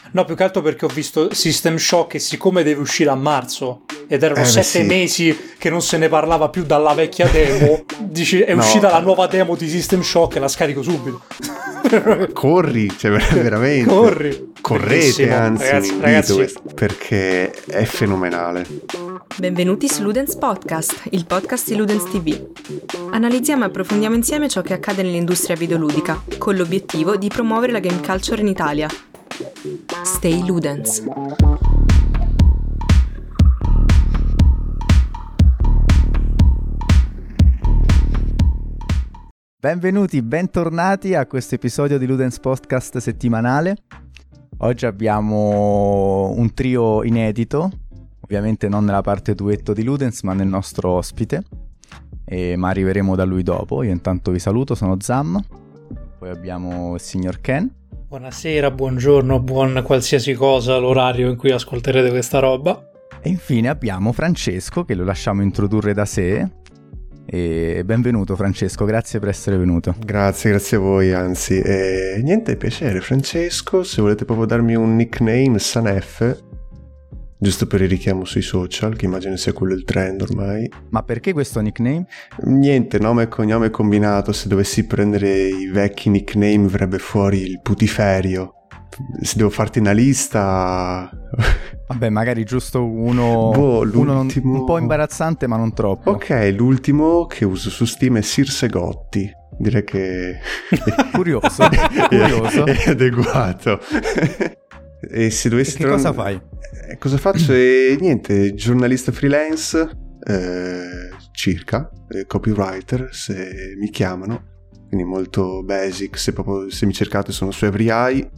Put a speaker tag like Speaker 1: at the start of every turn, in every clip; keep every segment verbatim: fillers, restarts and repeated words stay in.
Speaker 1: No, più che altro perché ho visto System Shock e siccome deve uscire a marzo ed erano
Speaker 2: eh,
Speaker 1: sette
Speaker 2: sì.
Speaker 1: mesi che non se ne parlava più dalla vecchia demo, dici è
Speaker 2: no.
Speaker 1: uscita la nuova demo di System Shock e la scarico subito.
Speaker 2: Corri, cioè veramente.
Speaker 1: Corri.
Speaker 2: Correte,
Speaker 1: Bellissimo.
Speaker 2: anzi,
Speaker 1: ragazzi,
Speaker 2: invito
Speaker 1: ragazzi.
Speaker 2: questo, perché è fenomenale.
Speaker 3: Benvenuti su Ludens Podcast, il podcast di Ludens ti vu. Analizziamo e approfondiamo insieme ciò che accade nell'industria videoludica, con l'obiettivo di promuovere la game culture in Italia. Stay Ludens.
Speaker 4: Benvenuti, bentornati a questo episodio di Ludens Podcast settimanale. Oggi abbiamo un trio inedito, ovviamente non nella parte duetto di Ludens, ma nel nostro ospite, e, ma arriveremo da lui dopo. Io intanto vi saluto, sono Zam, poi abbiamo il signor Ken.
Speaker 1: Buonasera, buongiorno, buon qualsiasi cosa l'orario in cui ascolterete questa roba.
Speaker 4: E infine abbiamo Francesco, che lo lasciamo introdurre da sé. E benvenuto Francesco, grazie per essere venuto.
Speaker 2: Grazie, grazie a voi, anzi. E niente, piacere Francesco, se volete proprio darmi un nickname, Sanef, giusto per il richiamo sui social, che immagino sia quello il trend ormai.
Speaker 4: Ma perché questo nickname?
Speaker 2: Niente, nome e cognome combinato, se dovessi prendere i vecchi nickname verrebbe fuori il putiferio. Se devo farti una lista...
Speaker 4: Vabbè, magari giusto uno,
Speaker 2: boh,
Speaker 4: uno non, un po' imbarazzante ma non troppo.
Speaker 2: Ok, l'ultimo che uso su Steam è Sirse Gotti. Direi che...
Speaker 4: curioso, curioso.
Speaker 2: È, è adeguato. E se dovessi...
Speaker 4: E che cosa fai?
Speaker 2: Eh, cosa faccio? E niente, giornalista freelance, eh, circa, eh, copywriter, se mi chiamano. Quindi molto basic, se proprio se mi cercate sono su EveryEye.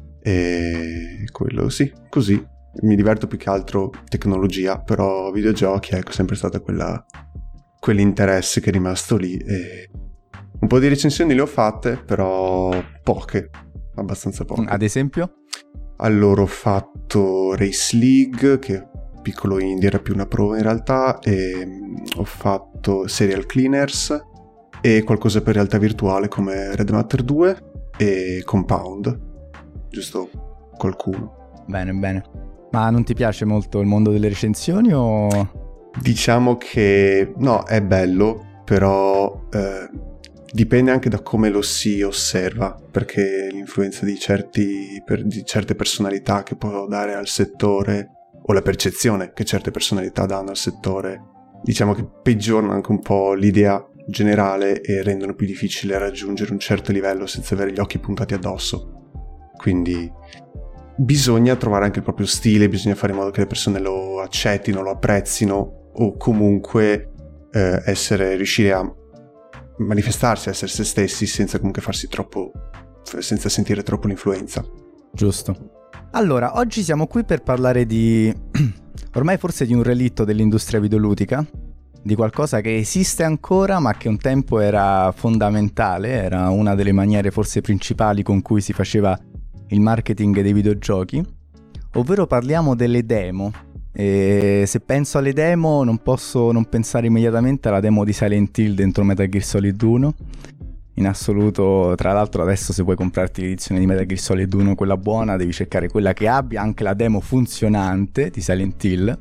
Speaker 2: E quello sì, così mi diverto più che altro tecnologia, però videogiochi, ecco, sempre stata quella quell'interesse che è rimasto lì. E un po' di recensioni le ho fatte, però poche, abbastanza poche.
Speaker 4: Ad esempio?
Speaker 2: Allora ho fatto Race League, che piccolo indie, era più una prova in realtà, e ho fatto Serial Cleaners e qualcosa per realtà virtuale come Red Matter due e Compound. Giusto qualcuno.
Speaker 4: Bene, bene. Ma non ti piace molto il mondo delle recensioni o...
Speaker 2: Diciamo che no, è bello, però eh, dipende anche da come lo si osserva, perché l'influenza di, certi, per, di certe personalità che può dare al settore, o la percezione che certe personalità danno al settore, diciamo che peggiorano anche un po' l'idea generale e rendono più difficile raggiungere un certo livello senza avere gli occhi puntati addosso. Quindi bisogna trovare anche il proprio stile, bisogna fare in modo che le persone lo accettino, lo apprezzino, o comunque eh, essere, riuscire a manifestarsi, a essere se stessi senza comunque farsi troppo, senza sentire troppo l'influenza.
Speaker 4: Giusto. Allora, oggi siamo qui per parlare di, ormai forse di un relitto dell'industria videoludica, di qualcosa che esiste ancora ma che un tempo era fondamentale, era una delle maniere forse principali con cui si faceva il marketing dei videogiochi, ovvero parliamo delle demo. E se penso alle demo non posso non pensare immediatamente alla demo di Silent Hill dentro Metal Gear Solid uno, in assoluto. Tra l'altro adesso se vuoi comprarti l'edizione di Metal Gear Solid uno, quella buona, devi cercare quella che abbia anche la demo funzionante di Silent Hill.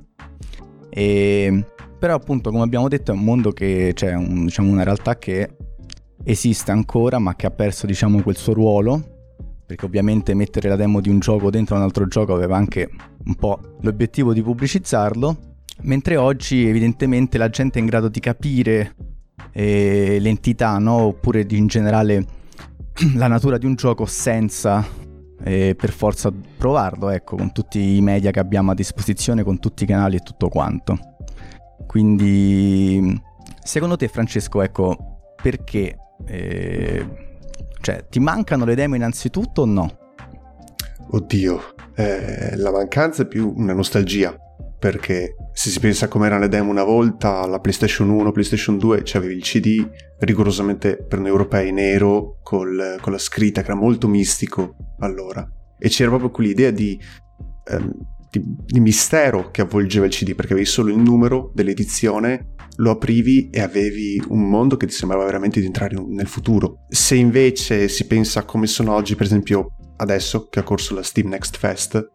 Speaker 4: E però appunto, come abbiamo detto, è un mondo che c'è, cioè un, diciamo una realtà che esiste ancora ma che ha perso, diciamo, quel suo ruolo, perché ovviamente mettere la demo di un gioco dentro un altro gioco aveva anche un po' l'obiettivo di pubblicizzarlo, mentre oggi evidentemente la gente è in grado di capire eh, l'entità, no? Oppure di, in generale la natura di un gioco senza eh, per forza provarlo, ecco, con tutti i media che abbiamo a disposizione, con tutti i canali e tutto quanto. Quindi secondo te, Francesco, ecco, perché... Eh, Cioè, ti mancano le demo innanzitutto o no?
Speaker 2: Oddio, eh, la mancanza è più una nostalgia, perché se si pensa come erano le demo una volta, la PlayStation uno, PlayStation due, c'avevi il C D rigorosamente per noi europei nero, col, con la scritta, che era molto mistico allora, e c'era proprio quell'idea di, ehm, di, di mistero che avvolgeva il C D, perché avevi solo il numero dell'edizione, lo aprivi e avevi un mondo che ti sembrava veramente di entrare nel futuro. Se invece si pensa a come sono oggi, per esempio adesso che ha corso la Steam Next Fest,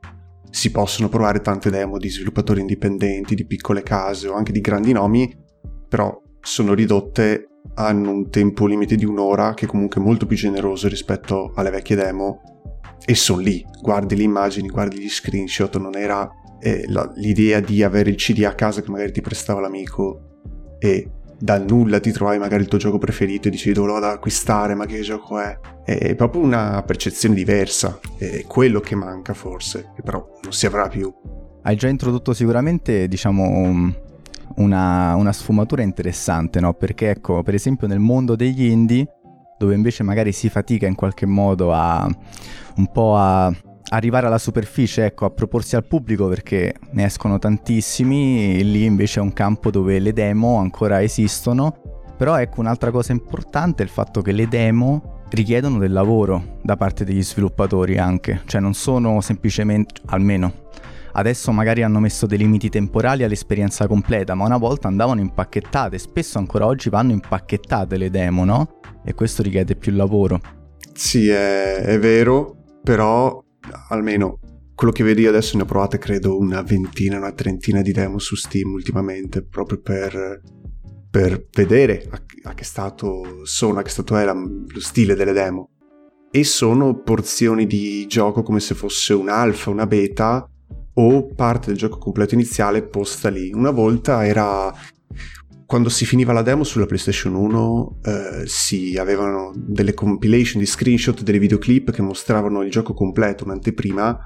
Speaker 2: si possono provare tante demo di sviluppatori indipendenti, di piccole case o anche di grandi nomi, però sono ridotte, hanno un tempo limite di un'ora che comunque è molto più generoso rispetto alle vecchie demo, e sono lì, guardi le immagini, guardi gli screenshot. Non era eh, la, l'idea di avere il C D a casa che magari ti prestava l'amico e dal nulla ti trovavi magari il tuo gioco preferito e dicevi dove lo vado ad acquistare, ma che gioco è? È proprio una percezione diversa, è quello che manca forse, che però non si avrà più.
Speaker 4: Hai già introdotto sicuramente, diciamo, una, una sfumatura interessante, no? Perché ecco, per esempio nel mondo degli indie, dove invece magari si fatica in qualche modo a un po' a arrivare alla superficie, ecco, a proporsi al pubblico, perché ne escono tantissimi, lì invece è un campo dove le demo ancora esistono. Però ecco, un'altra cosa importante è il fatto che le demo richiedono del lavoro da parte degli sviluppatori anche, cioè non sono semplicemente, almeno adesso magari hanno messo dei limiti temporali all'esperienza completa, ma una volta andavano impacchettate, spesso ancora oggi vanno impacchettate le demo, no? E questo richiede più lavoro.
Speaker 2: Sì, è, è vero, però almeno quello che vedi adesso, ne ho provate credo una ventina, una trentina di demo su Steam ultimamente, proprio per, per vedere a, a che stato sono, a che stato era lo stile delle demo. E sono porzioni di gioco come se fosse un'alfa, una beta o parte del gioco completo iniziale posta lì. Una volta era, quando si finiva la demo sulla PlayStation uno, eh, si avevano delle compilation di screenshot, delle videoclip che mostravano il gioco completo, un'anteprima,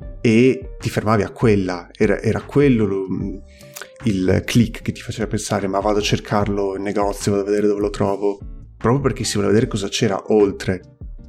Speaker 2: e ti fermavi a quella. Era, era quello lo, il click che ti faceva pensare ma vado a cercarlo in negozio, vado a vedere dove lo trovo, proprio perché si voleva vedere cosa c'era oltre.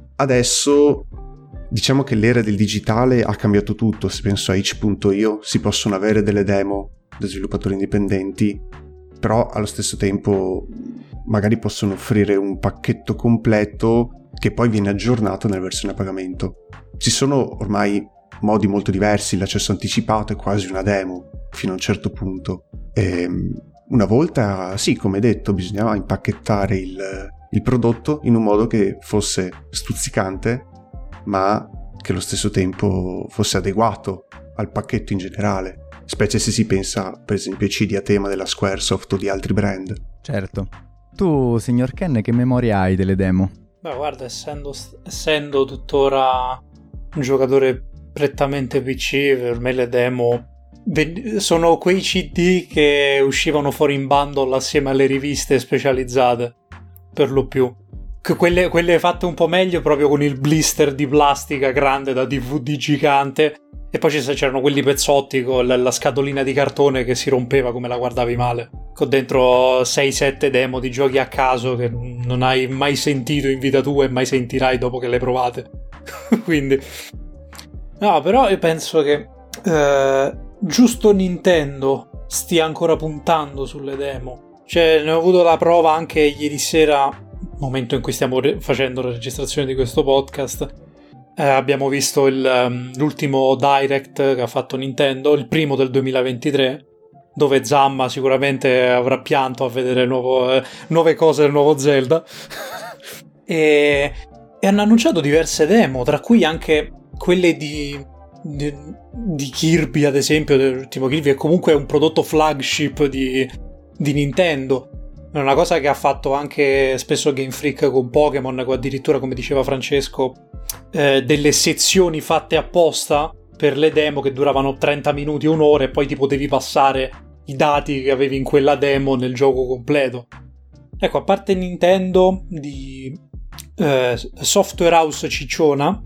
Speaker 2: Adesso diciamo che l'era del digitale ha cambiato tutto. Se penso a itch punto io, si possono avere delle demo da sviluppatori indipendenti, però allo stesso tempo magari possono offrire un pacchetto completo che poi viene aggiornato nella versione a pagamento. Ci sono ormai modi molto diversi, l'accesso anticipato è quasi una demo fino a un certo punto. E una volta, sì, come detto, bisognava impacchettare il, il prodotto in un modo che fosse stuzzicante, ma che allo stesso tempo fosse adeguato al pacchetto in generale, specie se si pensa per esempio ai C D a tema della Squaresoft o di altri brand.
Speaker 4: Certo. Tu, signor Ken, che memoria hai delle demo?
Speaker 1: Beh, guarda, essendo, essendo tuttora un giocatore prettamente P C, per me le demo sono quei C D che uscivano fuori in bundle assieme alle riviste specializzate, per lo più. Quelle, quelle fatte un po' meglio, proprio con il blister di plastica grande da D V D gigante, e poi c'erano quelli pezzotti con la, la scatolina di cartone che si rompeva come la guardavi male, con dentro sei sette demo di giochi a caso che non hai mai sentito in vita tua e mai sentirai dopo che le provate. Quindi no, però io penso che eh, giusto Nintendo stia ancora puntando sulle demo. Cioè, ne ho avuto la prova anche ieri sera, momento in cui stiamo re- facendo la registrazione di questo podcast. Eh, abbiamo visto il, um, l'ultimo Direct che ha fatto Nintendo, il primo del duemilaventitré, dove Zamma sicuramente avrà pianto a vedere nuovo, eh, nuove cose del nuovo Zelda. e, e hanno annunciato diverse demo, tra cui anche quelle di, di, di Kirby, ad esempio, dell'ultimo Kirby, che comunque è un prodotto flagship di, di Nintendo. È una cosa che ha fatto anche spesso Game Freak con Pokémon, o addirittura, come diceva Francesco, eh, delle sezioni fatte apposta per le demo che duravano trenta minuti, un'ora, e poi ti potevi passare i dati che avevi in quella demo nel gioco completo. Ecco, a parte Nintendo di eh, Software House cicciona,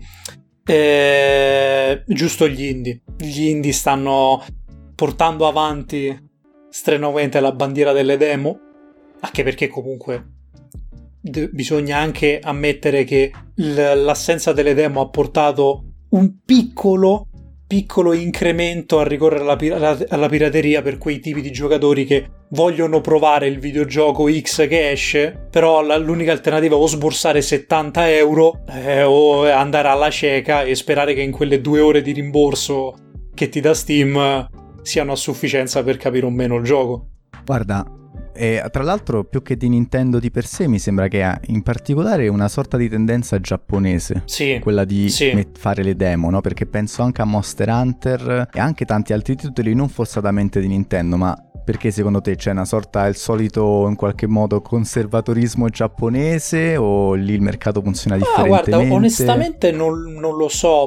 Speaker 1: eh, giusto gli indie. Gli indie stanno portando avanti strenuamente la bandiera delle demo, anche perché comunque d- bisogna anche ammettere che l- l'assenza delle demo ha portato un piccolo piccolo incremento a ricorrere alla, pir- alla pirateria per quei tipi di giocatori che vogliono provare il videogioco X che esce, però la- l'unica alternativa è o sborsare settanta euro eh, o andare alla cieca e sperare che in quelle due ore di rimborso che ti dà Steam siano a sufficienza per capire o meno il gioco.
Speaker 4: Guarda, E tra l'altro più che di Nintendo di per sé mi sembra che ha in particolare una sorta di tendenza giapponese,
Speaker 1: sì,
Speaker 4: quella di
Speaker 1: sì.
Speaker 4: met- fare le demo, no? Perché penso anche a Monster Hunter e anche tanti altri titoli non forzatamente di Nintendo, ma perché secondo te c'è una sorta, il solito in qualche modo conservatorismo giapponese o lì il mercato funziona differentemente?
Speaker 1: Ah, guarda, onestamente non, non lo so,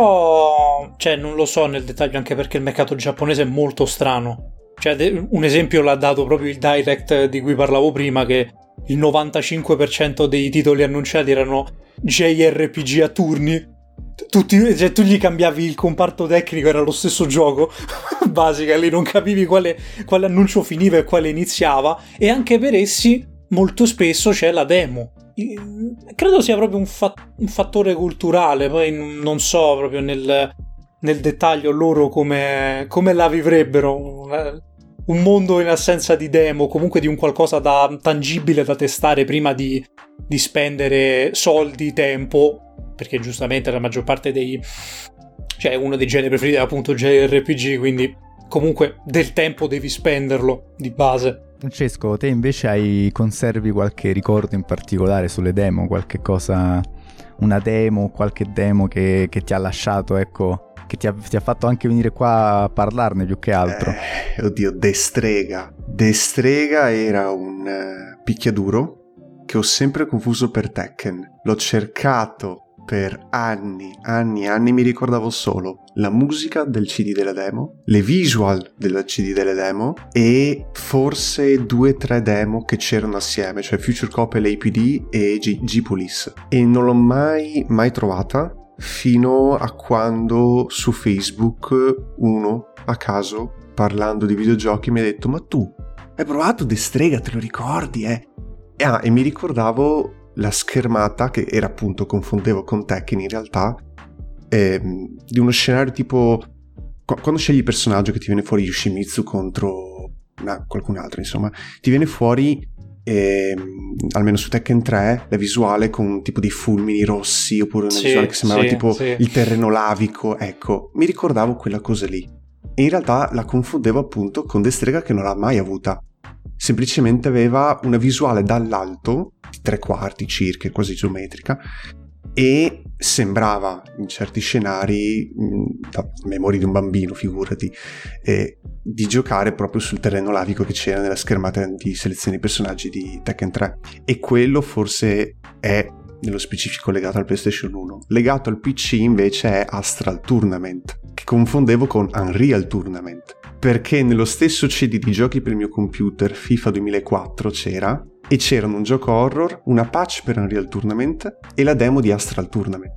Speaker 1: però cioè non lo so nel dettaglio, anche perché il mercato giapponese è molto strano. Cioè, de- un esempio l'ha dato proprio il Direct di cui parlavo prima, che il novantacinque per cento dei titoli annunciati erano J R P G a turni. Tutti, cioè, tu gli cambiavi il comparto tecnico, era lo stesso gioco basica, lì non capivi quale, quale annuncio finiva e quale iniziava, e anche per essi molto spesso c'è la demo. Credo sia proprio un, fa- un fattore culturale, poi non so proprio nel, nel dettaglio loro come, come la vivrebbero, un mondo in assenza di demo, comunque di un qualcosa da tangibile da testare prima di, di spendere soldi, tempo, perché giustamente la maggior parte dei, cioè uno dei generi preferiti è appunto J R P G, quindi comunque del tempo devi spenderlo di base.
Speaker 4: Francesco, te invece hai conservi qualche ricordo in particolare sulle demo, qualche cosa, una demo, qualche demo che, che ti ha lasciato, ecco, che ti ha, ti ha fatto anche venire qua a parlarne più che altro?
Speaker 2: Eh, oddio, Destrega. Destrega era un uh, picchiaduro che ho sempre confuso per Tekken. L'ho cercato per anni, anni, anni, mi ricordavo solo la musica del C D della demo, le visual del C D delle demo e forse due o tre demo che c'erano assieme, cioè Future Cop e l'A P D e G- G-Police. E non l'ho mai, mai trovata fino a quando su Facebook uno, a caso, parlando di videogiochi, mi ha detto: ma tu hai provato Destrega, te lo ricordi, eh? E, ah, e mi ricordavo la schermata, che era appunto, confondevo con Tekken in realtà, ehm, di uno scenario tipo qu- quando scegli il personaggio che ti viene fuori Yoshimitsu contro una, qualcun altro, insomma, ti viene fuori ehm, almeno su Tekken tre la visuale con tipo dei fulmini rossi, oppure una
Speaker 1: sì,
Speaker 2: visuale che sembrava
Speaker 1: sì,
Speaker 2: tipo
Speaker 1: sì.
Speaker 2: il terreno lavico, ecco, mi ricordavo quella cosa lì e in realtà la confondevo appunto con Destrega, che non l'ha mai avuta. Semplicemente aveva una visuale dall'alto di tre quarti circa, quasi geometrica, e sembrava in certi scenari, da memoria di un bambino, figurati, eh, di giocare proprio sul terreno lavico che c'era nella schermata di selezione dei personaggi di Tekken tre. E quello forse è nello specifico legato al PlayStation uno. Legato al P C invece è Astral Tournament, che confondevo con Unreal Tournament, perché nello stesso C D di giochi per il mio computer FIFA duemilaquattro c'era, e c'erano un gioco horror, una patch per Unreal Tournament e la demo di Astral Tournament.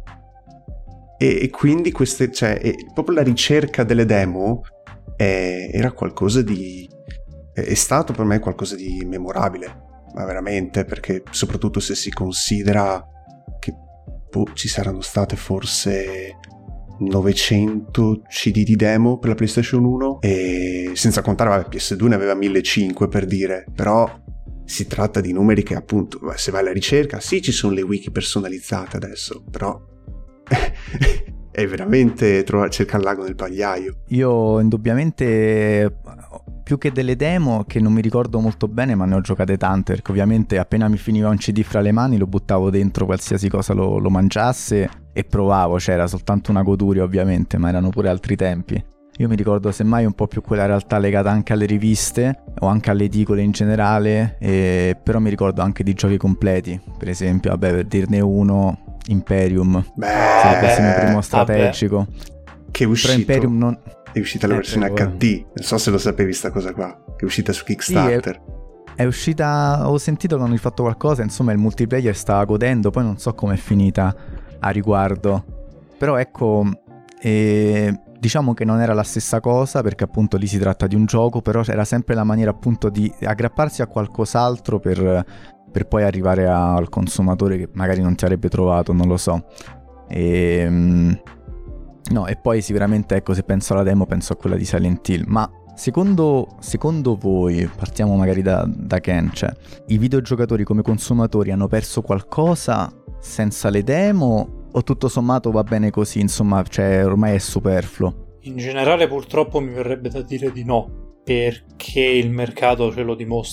Speaker 2: E, e quindi queste, cioè, e proprio la ricerca delle demo è, era qualcosa di... è stato per me qualcosa di memorabile, ma veramente, perché soprattutto se si considera che boh, ci saranno state forse novecento C D di demo per la PlayStation uno, e senza contare, vabbè, P S due ne aveva millecinquecento per dire, però si tratta di numeri che appunto, se vai alla ricerca, sì, ci sono le wiki personalizzate adesso, però è veramente trovare, cercare l'ago nel pagliaio.
Speaker 4: Io indubbiamente, più che delle demo, che non mi ricordo molto bene, ma ne ho giocate tante, perché ovviamente appena mi finiva un C D fra le mani lo buttavo dentro qualsiasi cosa lo, lo mangiasse e provavo, c'era soltanto una goduria ovviamente, ma erano pure altri tempi. Io mi ricordo semmai un po' più quella realtà legata anche alle riviste o anche alle edicole in generale, e però mi ricordo anche di giochi completi, per esempio, vabbè, per dirne uno, Imperium,
Speaker 2: Beh,
Speaker 4: sarebbe il mio primo strategico.
Speaker 2: Che è uscito,
Speaker 4: però Imperium non...
Speaker 2: è uscita la
Speaker 4: eh,
Speaker 2: versione
Speaker 4: però,
Speaker 2: H D, non so se lo sapevi sta cosa qua, che è uscita su Kickstarter.
Speaker 4: Sì, è, è uscita, ho sentito che hanno fatto qualcosa, insomma il multiplayer stava godendo, poi non so com'è finita a riguardo, però ecco, eh, diciamo che non era la stessa cosa, perché appunto lì si tratta di un gioco, però era sempre la maniera appunto di aggrapparsi a qualcos'altro per, per poi arrivare a, al consumatore che magari non ti avrebbe trovato, non lo so. E, no, e poi sicuramente, ecco, se penso alla demo penso a quella di Silent Hill, ma secondo, secondo voi, partiamo magari da, da Ken, cioè i videogiocatori come consumatori hanno perso qualcosa senza le demo, o tutto sommato va bene così, insomma, cioè ormai è superfluo?
Speaker 1: In generale purtroppo mi verrebbe da dire di no, perché il mercato ce lo dimostra.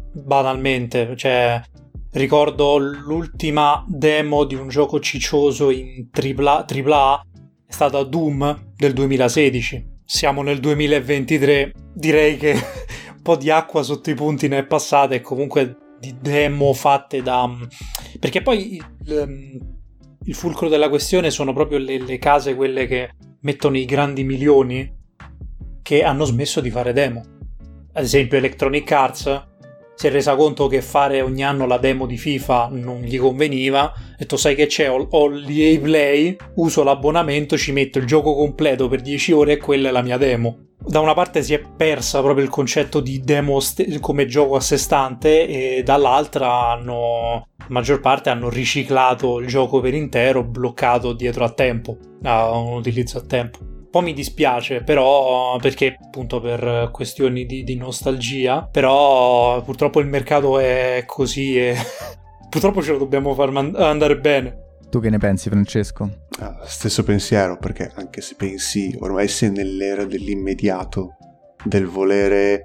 Speaker 1: banalmente, cioè ricordo l'ultima demo di un gioco ciccioso in tripla A è stata Doom del duemilasedici. Siamo nel duemilaventitré, direi che un po' di acqua sotto i punti ne è passata, e comunque di demo fatte da... perché poi il, il fulcro della questione sono proprio le, le case, quelle che mettono i grandi milioni, che hanno smesso di fare demo. Ad esempio Electronic Arts si è resa conto che fare ogni anno la demo di FIFA non gli conveniva, ha detto sai che c'è, ho, ho l'E A Play, uso l'abbonamento, ci metto il gioco completo per dieci ore e quella è la mia demo. Da una parte si è persa proprio il concetto di demo st- come gioco a sé stante, e dall'altra hanno, la maggior parte hanno riciclato il gioco per intero, bloccato dietro a tempo, a un utilizzo a tempo. Un po' mi dispiace, però, perché appunto per questioni di, di nostalgia, però purtroppo il mercato è così e purtroppo ce lo dobbiamo far man- andare bene.
Speaker 4: Tu che ne pensi, Francesco?
Speaker 2: Ah, stesso pensiero, perché anche se pensi, ormai sei nell'era dell'immediato, del volere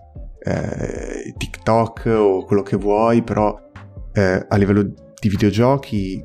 Speaker 2: eh, TikTok o quello che vuoi, però eh, a livello di videogiochi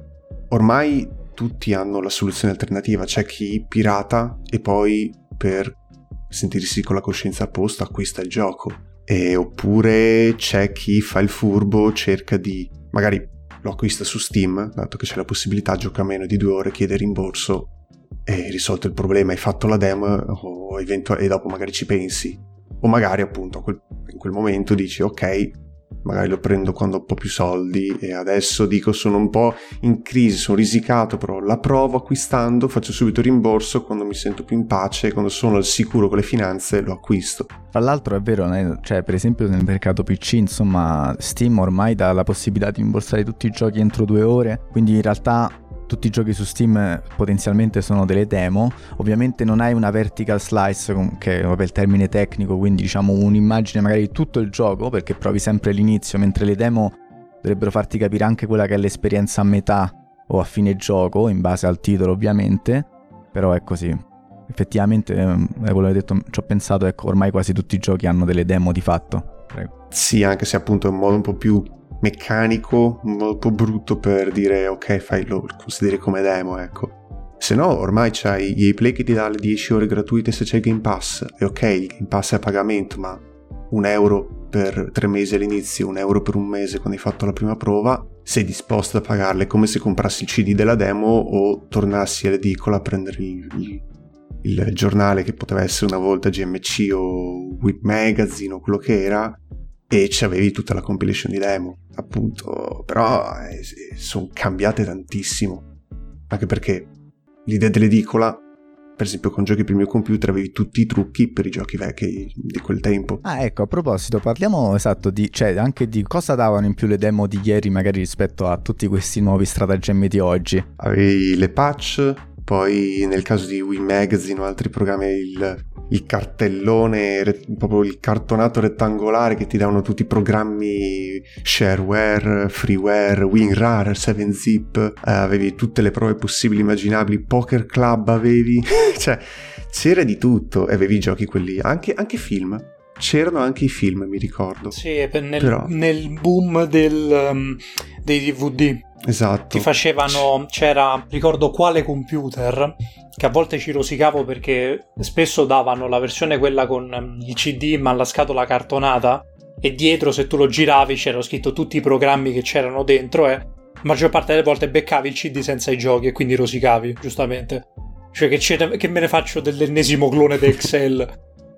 Speaker 2: ormai tutti hanno la soluzione alternativa. C'è chi pirata e poi per sentirsi con la coscienza a posto acquista il gioco, e oppure c'è chi fa il furbo, cerca di magari lo acquista su Steam, dato che c'è la possibilità, gioca meno di due ore, chiede rimborso e risolto il problema, hai fatto la demo o eventuali, e dopo magari ci pensi, o magari appunto a quel, in quel momento dici ok, magari lo prendo quando ho un po' più soldi, e adesso dico sono un po' in crisi, sono risicato, però la provo acquistando, faccio subito rimborso quando mi sento più in pace, quando sono al sicuro con le finanze lo acquisto.
Speaker 4: Tra l'altro è vero, cioè per esempio nel mercato P C, insomma, Steam ormai dà la possibilità di rimborsare tutti i giochi entro due ore, quindi in realtà tutti i giochi su Steam potenzialmente sono delle demo. Ovviamente non hai una vertical slice, che è vabbè, il termine tecnico, quindi diciamo un'immagine magari di tutto il gioco, perché provi sempre l'inizio, mentre le demo dovrebbero farti capire anche quella che è l'esperienza a metà o a fine gioco, in base al titolo ovviamente, però è così. Effettivamente, eh, quello che hai detto, ci ho pensato, ecco, ormai quasi tutti i giochi hanno delle demo di fatto. Prego.
Speaker 2: Sì, anche se appunto è un modo un po' più meccanico, un modo un po' brutto per dire ok, fai, lo consideri come demo, ecco. Se no ormai c'hai E A Play che ti dà le dieci ore gratuite se c'è il Game Pass, e ok, il Game Pass è a pagamento, ma un euro per tre mesi all'inizio, un euro per un mese quando hai fatto la prima prova, sei disposto a pagarle come se comprassi il C D della demo o tornassi all'edicola a prendere il, il, il giornale che poteva essere una volta G M C o Whip Magazine o quello che era, e ci avevi tutta la compilation di demo, appunto. Però eh, sono cambiate tantissimo, anche perché l'idea dell'edicola, per esempio con giochi per il mio computer, avevi tutti i trucchi per i giochi vecchi di quel tempo.
Speaker 4: Ah, ecco, a proposito, parliamo esatto di, cioè anche di cosa davano in più le demo di ieri magari rispetto a tutti questi nuovi stratagemmi di oggi.
Speaker 2: Avevi le patch, poi nel caso di Wii Magazine o altri programmi il, il cartellone, proprio il cartonato rettangolare che ti davano tutti i programmi shareware, freeware, WinRAR, seven zip, eh, avevi tutte le prove possibili immaginabili, Poker Club avevi, cioè c'era di tutto, e avevi i giochi quelli, anche, anche film, c'erano anche i film, mi ricordo.
Speaker 1: Sì, nel,
Speaker 2: Però...
Speaker 1: nel boom del, um, dei D V D.
Speaker 2: Esatto.
Speaker 1: Ti facevano, c'era, ricordo quale computer, che a volte ci rosicavo perché spesso davano la versione quella con il C D ma la scatola cartonata, e dietro se tu lo giravi c'erano scritto tutti i programmi che c'erano dentro, e la maggior parte delle volte beccavi il C D senza i giochi e quindi rosicavi, giustamente. Cioè che, che me ne faccio dell'ennesimo clone di Excel.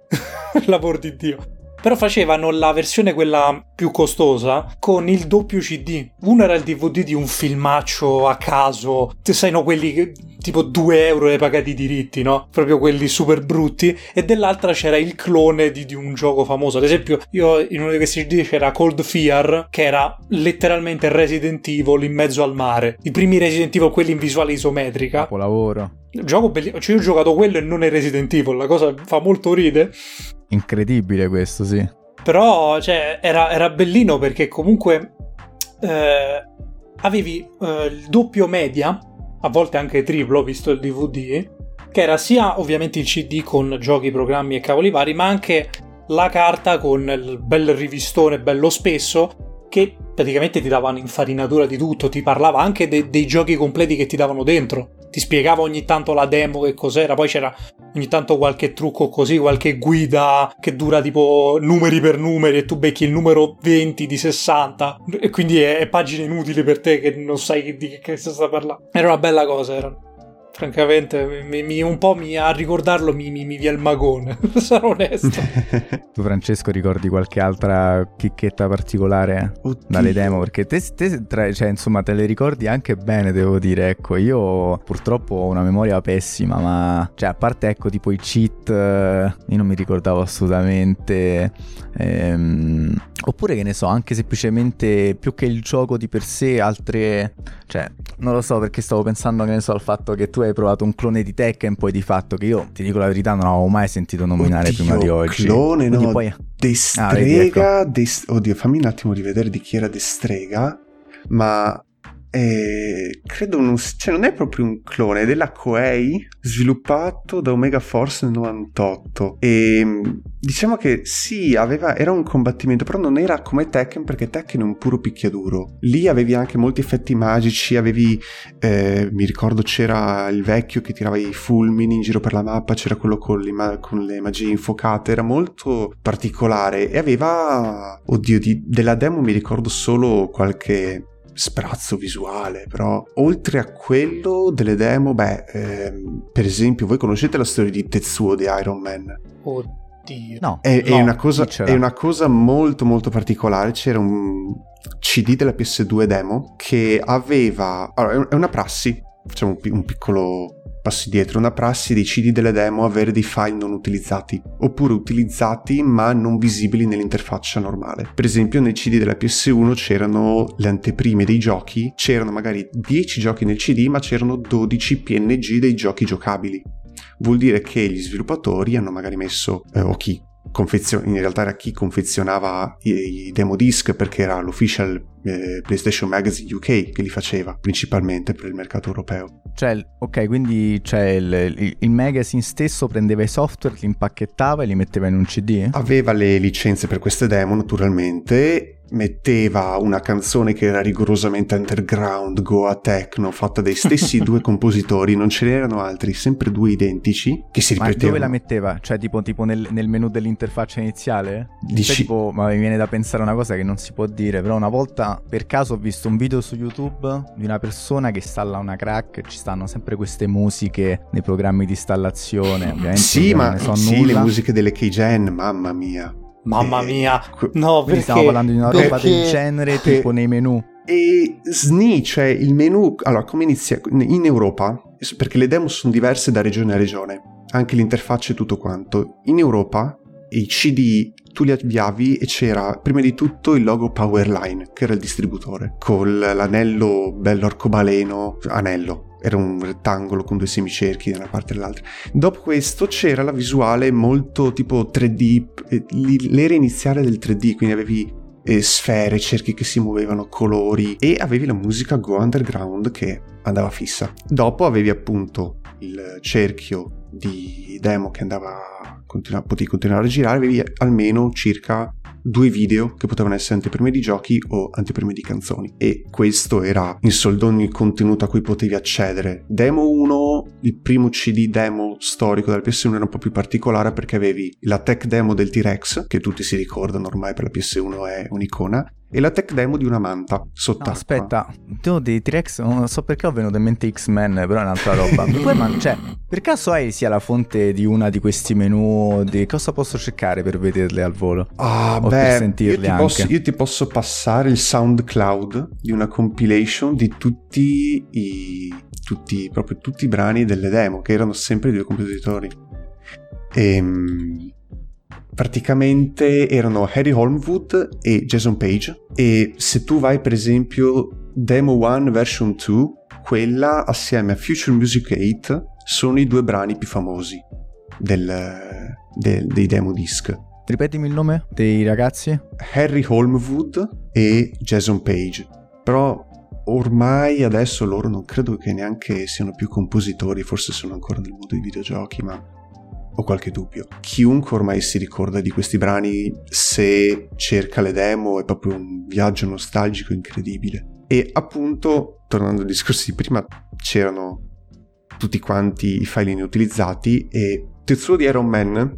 Speaker 1: Per l'amor di Dio. Però facevano la versione quella più costosa con il doppio C D. Uno era il D V D di un filmaccio a caso, te sai, no, quelli che tipo due euro e pagati i diritti, no? Proprio quelli super brutti. E dell'altra c'era il clone di, di un gioco famoso. Ad esempio, io in uno di questi C D c'era Cold Fear, che era letteralmente Resident Evil in mezzo al mare. I primi Resident Evil, quelli in visuale isometrica.
Speaker 4: Capolavoro.
Speaker 1: Gioco bellissimo. Cioè, io ho giocato quello e non è Resident Evil. La cosa fa molto ride.
Speaker 4: Incredibile questo, sì.
Speaker 1: Però, cioè, era, era bellino perché comunque eh, avevi eh, il doppio media, a volte anche triplo, visto il D V D, che era sia ovviamente il C D con giochi, programmi e cavoli vari, ma anche la carta con il bel rivistone bello spesso, che praticamente ti dava un'infarinatura di tutto, ti parlava anche de- dei giochi completi che ti davano dentro, ti spiegava ogni tanto la demo che cos'era, poi c'era ogni tanto qualche trucco così, qualche guida che dura tipo numeri per numeri e tu becchi il numero venti di sessanta e quindi è, è pagina inutile per te che non sai di che si sta parlando. Era una bella cosa, era. Francamente mi, mi, un po' mi, a ricordarlo mi, mi, mi via il magone, sarò onesto.
Speaker 4: Tu Francesco ricordi qualche altra chicchetta particolare Oddio. dalle demo? Perché te, te tra, cioè, insomma te le ricordi anche bene, devo dire. Ecco, io purtroppo ho una memoria pessima, ma cioè a parte ecco tipo i cheat io non mi ricordavo assolutamente, ehm, oppure che ne so, anche semplicemente più che il gioco di per sé altre, cioè non lo so, perché stavo pensando che ne so al fatto che tu hai provato un clone di Tekken, poi di fatto che io ti dico la verità non avevo mai sentito nominare
Speaker 2: Oddio,
Speaker 4: prima di oggi.
Speaker 2: Clone
Speaker 4: Quindi
Speaker 2: no,
Speaker 4: poi...
Speaker 2: Destrega,
Speaker 4: ah, vedi, ecco.
Speaker 2: Dest... oddio fammi un attimo rivedere di chi era Destrega, ma eh, credo non, cioè non è proprio un clone, è della Koei, sviluppato da Omega Force nel novantotto, e diciamo che sì, aveva, era un combattimento, però non era come Tekken, perché Tekken è un puro picchiaduro. Lì avevi anche molti effetti magici, avevi eh, mi ricordo c'era il vecchio che tirava i fulmini in giro per la mappa, c'era quello con le, ma- con le magie infuocate, era molto particolare e aveva, oddio, di, della demo mi ricordo solo qualche sprazzo visuale, però oltre a quello delle demo, beh, ehm, per esempio, voi conoscete la storia di Tetsuo di Iron Man?
Speaker 1: Oddio.
Speaker 4: No.
Speaker 2: È,
Speaker 1: no,
Speaker 2: è, una cosa, è una cosa molto molto particolare. C'era un C D della P S due demo che aveva, allora, è una prassi, facciamo un, un piccolo passi dietro, una prassi dei C D delle demo avere dei file non utilizzati oppure utilizzati ma non visibili nell'interfaccia normale. Per esempio nei C D della P S uno c'erano le anteprime dei giochi, c'erano magari dieci giochi nel C D ma c'erano dodici P N G dei giochi giocabili. Vuol dire che gli sviluppatori hanno magari messo eh, o chi confezion- in realtà era chi confezionava i, i demo disc, perché era l'official eh, PlayStation Magazine U K che li faceva principalmente per il mercato europeo.
Speaker 4: Cioè, ok, quindi cioè, il, il, il magazine stesso prendeva i software, li impacchettava e li metteva in un C D?
Speaker 2: Aveva le licenze per queste demo, naturalmente. Metteva una canzone che era rigorosamente underground, goa techno, fatta dai stessi due compositori, non ce n'erano altri, sempre due identici, che si ripetevano.
Speaker 4: Ma dove la metteva? Cioè tipo, tipo nel, nel menu dell'interfaccia iniziale?
Speaker 2: Dici...
Speaker 4: Cioè, tipo, ma mi viene da pensare una cosa che non si può dire, però una volta per caso ho visto un video su YouTube di una persona che installa una crack, ci stanno sempre queste musiche nei programmi di installazione, ovviamente
Speaker 2: sì, ma
Speaker 4: non ne so
Speaker 2: sì,
Speaker 4: nulla.
Speaker 2: le musiche delle Keygen, mamma mia.
Speaker 1: Mamma mia,
Speaker 2: eh,
Speaker 1: no,
Speaker 4: perché
Speaker 1: perché
Speaker 4: stiamo parlando di una roba
Speaker 2: perché,
Speaker 4: del genere
Speaker 2: perché,
Speaker 4: tipo nei menu.
Speaker 2: E S N I, cioè il menu, allora come inizia in Europa, perché le demo sono diverse da regione a regione, anche l'interfaccia e tutto quanto. In Europa i C D tu li avviavi e c'era prima di tutto il logo Powerline, che era il distributore, con l'anello bello arcobaleno, anello, era un rettangolo con due semicerchi da una parte e dall'altra. Dopo questo c'era la visuale molto tipo tre D, l'era iniziale del tre D, quindi avevi eh, sfere, cerchi che si muovevano, colori, e avevi la musica Go Underground che andava fissa. Dopo avevi appunto il cerchio di demo che andava, continu- potevi continuare a girare, avevi almeno circa due video che potevano essere anteprime di giochi o anteprime di canzoni, e questo era in soldoni il contenuto a cui potevi accedere. Demo uno, il primo C D demo storico della P S uno, era un po' più particolare perché avevi la tech demo del T-Rex, che tutti si ricordano ormai per la P S uno è un'icona, e la tech demo di una manta sott'acqua.
Speaker 4: No, aspetta, tu dei T-Rex non so perché ho venuto in mente X-Men, però è un'altra roba. Poi, ma, cioè, per caso hai sia la fonte di una di questi menu? Di cosa posso cercare per vederle al volo?
Speaker 2: Ah,
Speaker 4: o
Speaker 2: beh,
Speaker 4: per sentirle
Speaker 2: io ti,
Speaker 4: anche?
Speaker 2: posso, io ti posso passare il SoundCloud di una compilation di tutti i tutti proprio tutti i brani delle demo, che erano sempre di due compositori. Ehm praticamente erano Harry Holmwood e Jason Page, e se tu vai per esempio Demo uno version due, quella assieme a Future Music otto sono i due brani più famosi del, del, dei demo disc.
Speaker 4: Ripetimi il nome dei ragazzi.
Speaker 2: Harry Holmwood e Jason Page, però ormai adesso loro non credo che neanche siano più compositori, forse sono ancora nel mondo dei videogiochi, ma ho qualche dubbio. Chiunque ormai si ricorda di questi brani, se cerca le demo, è proprio un viaggio nostalgico incredibile. E appunto, tornando al discorso di prima, c'erano tutti quanti i file inutilizzati e Tetsuo di Iron Man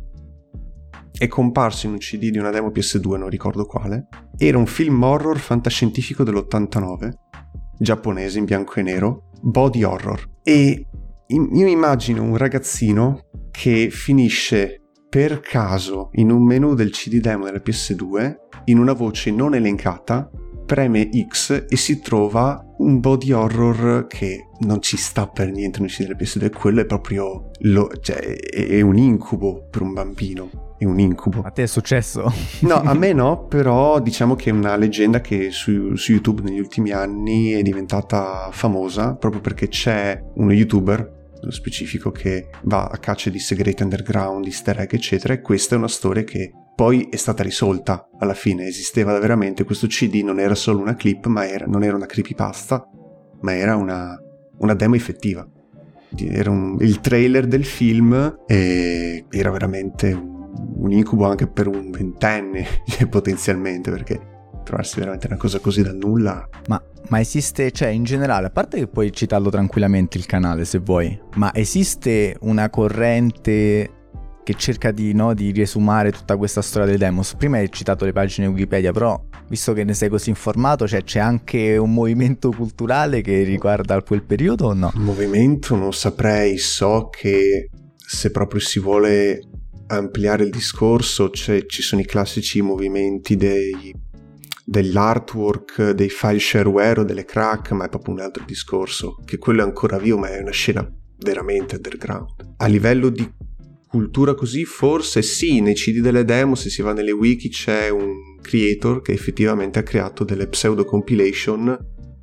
Speaker 2: è comparso in un C D di una demo P S due, non ricordo quale. Era un film horror fantascientifico dell'ottantanove, giapponese in bianco e nero, body horror. E io immagino un ragazzino che finisce per caso in un menu del C D demo della P S due, in una voce non elencata, preme X e si trova un body horror che non ci sta per niente in un C D della P S due. Quello è proprio lo, cioè, è, è un incubo per un bambino. È un incubo.
Speaker 4: A te è successo?
Speaker 2: No, a me no, però diciamo che è una leggenda che su, su YouTube negli ultimi anni è diventata famosa, proprio perché c'è uno YouTuber nello specifico che va a caccia di segreti underground, easter egg eccetera, e questa è una storia che poi è stata risolta alla fine. Esisteva veramente questo C D, non era solo una clip, ma era, non era una creepypasta, ma era una, una demo effettiva. Era un, il trailer del film e era veramente un, un incubo anche per un ventenne potenzialmente, perché trovarsi veramente una cosa così dal nulla.
Speaker 4: Ma, ma esiste, cioè in generale, a parte che puoi citarlo tranquillamente il canale se vuoi, ma esiste una corrente che cerca di, no, di riesumare tutta questa storia dei demos? Prima hai citato le pagine Wikipedia, però visto che ne sei così informato, cioè c'è anche un movimento culturale che riguarda quel periodo o no?
Speaker 2: Un movimento non saprei, so che se proprio si vuole ampliare il discorso, cioè, ci sono i classici movimenti dei, dell'artwork, dei file shareware o delle crack, ma è proprio un altro discorso, che quello è ancora vivo, ma è una scena veramente underground. A livello di cultura così, forse sì, nei C D delle demo, se si va nelle wiki, c'è un creator che effettivamente ha creato delle pseudo compilation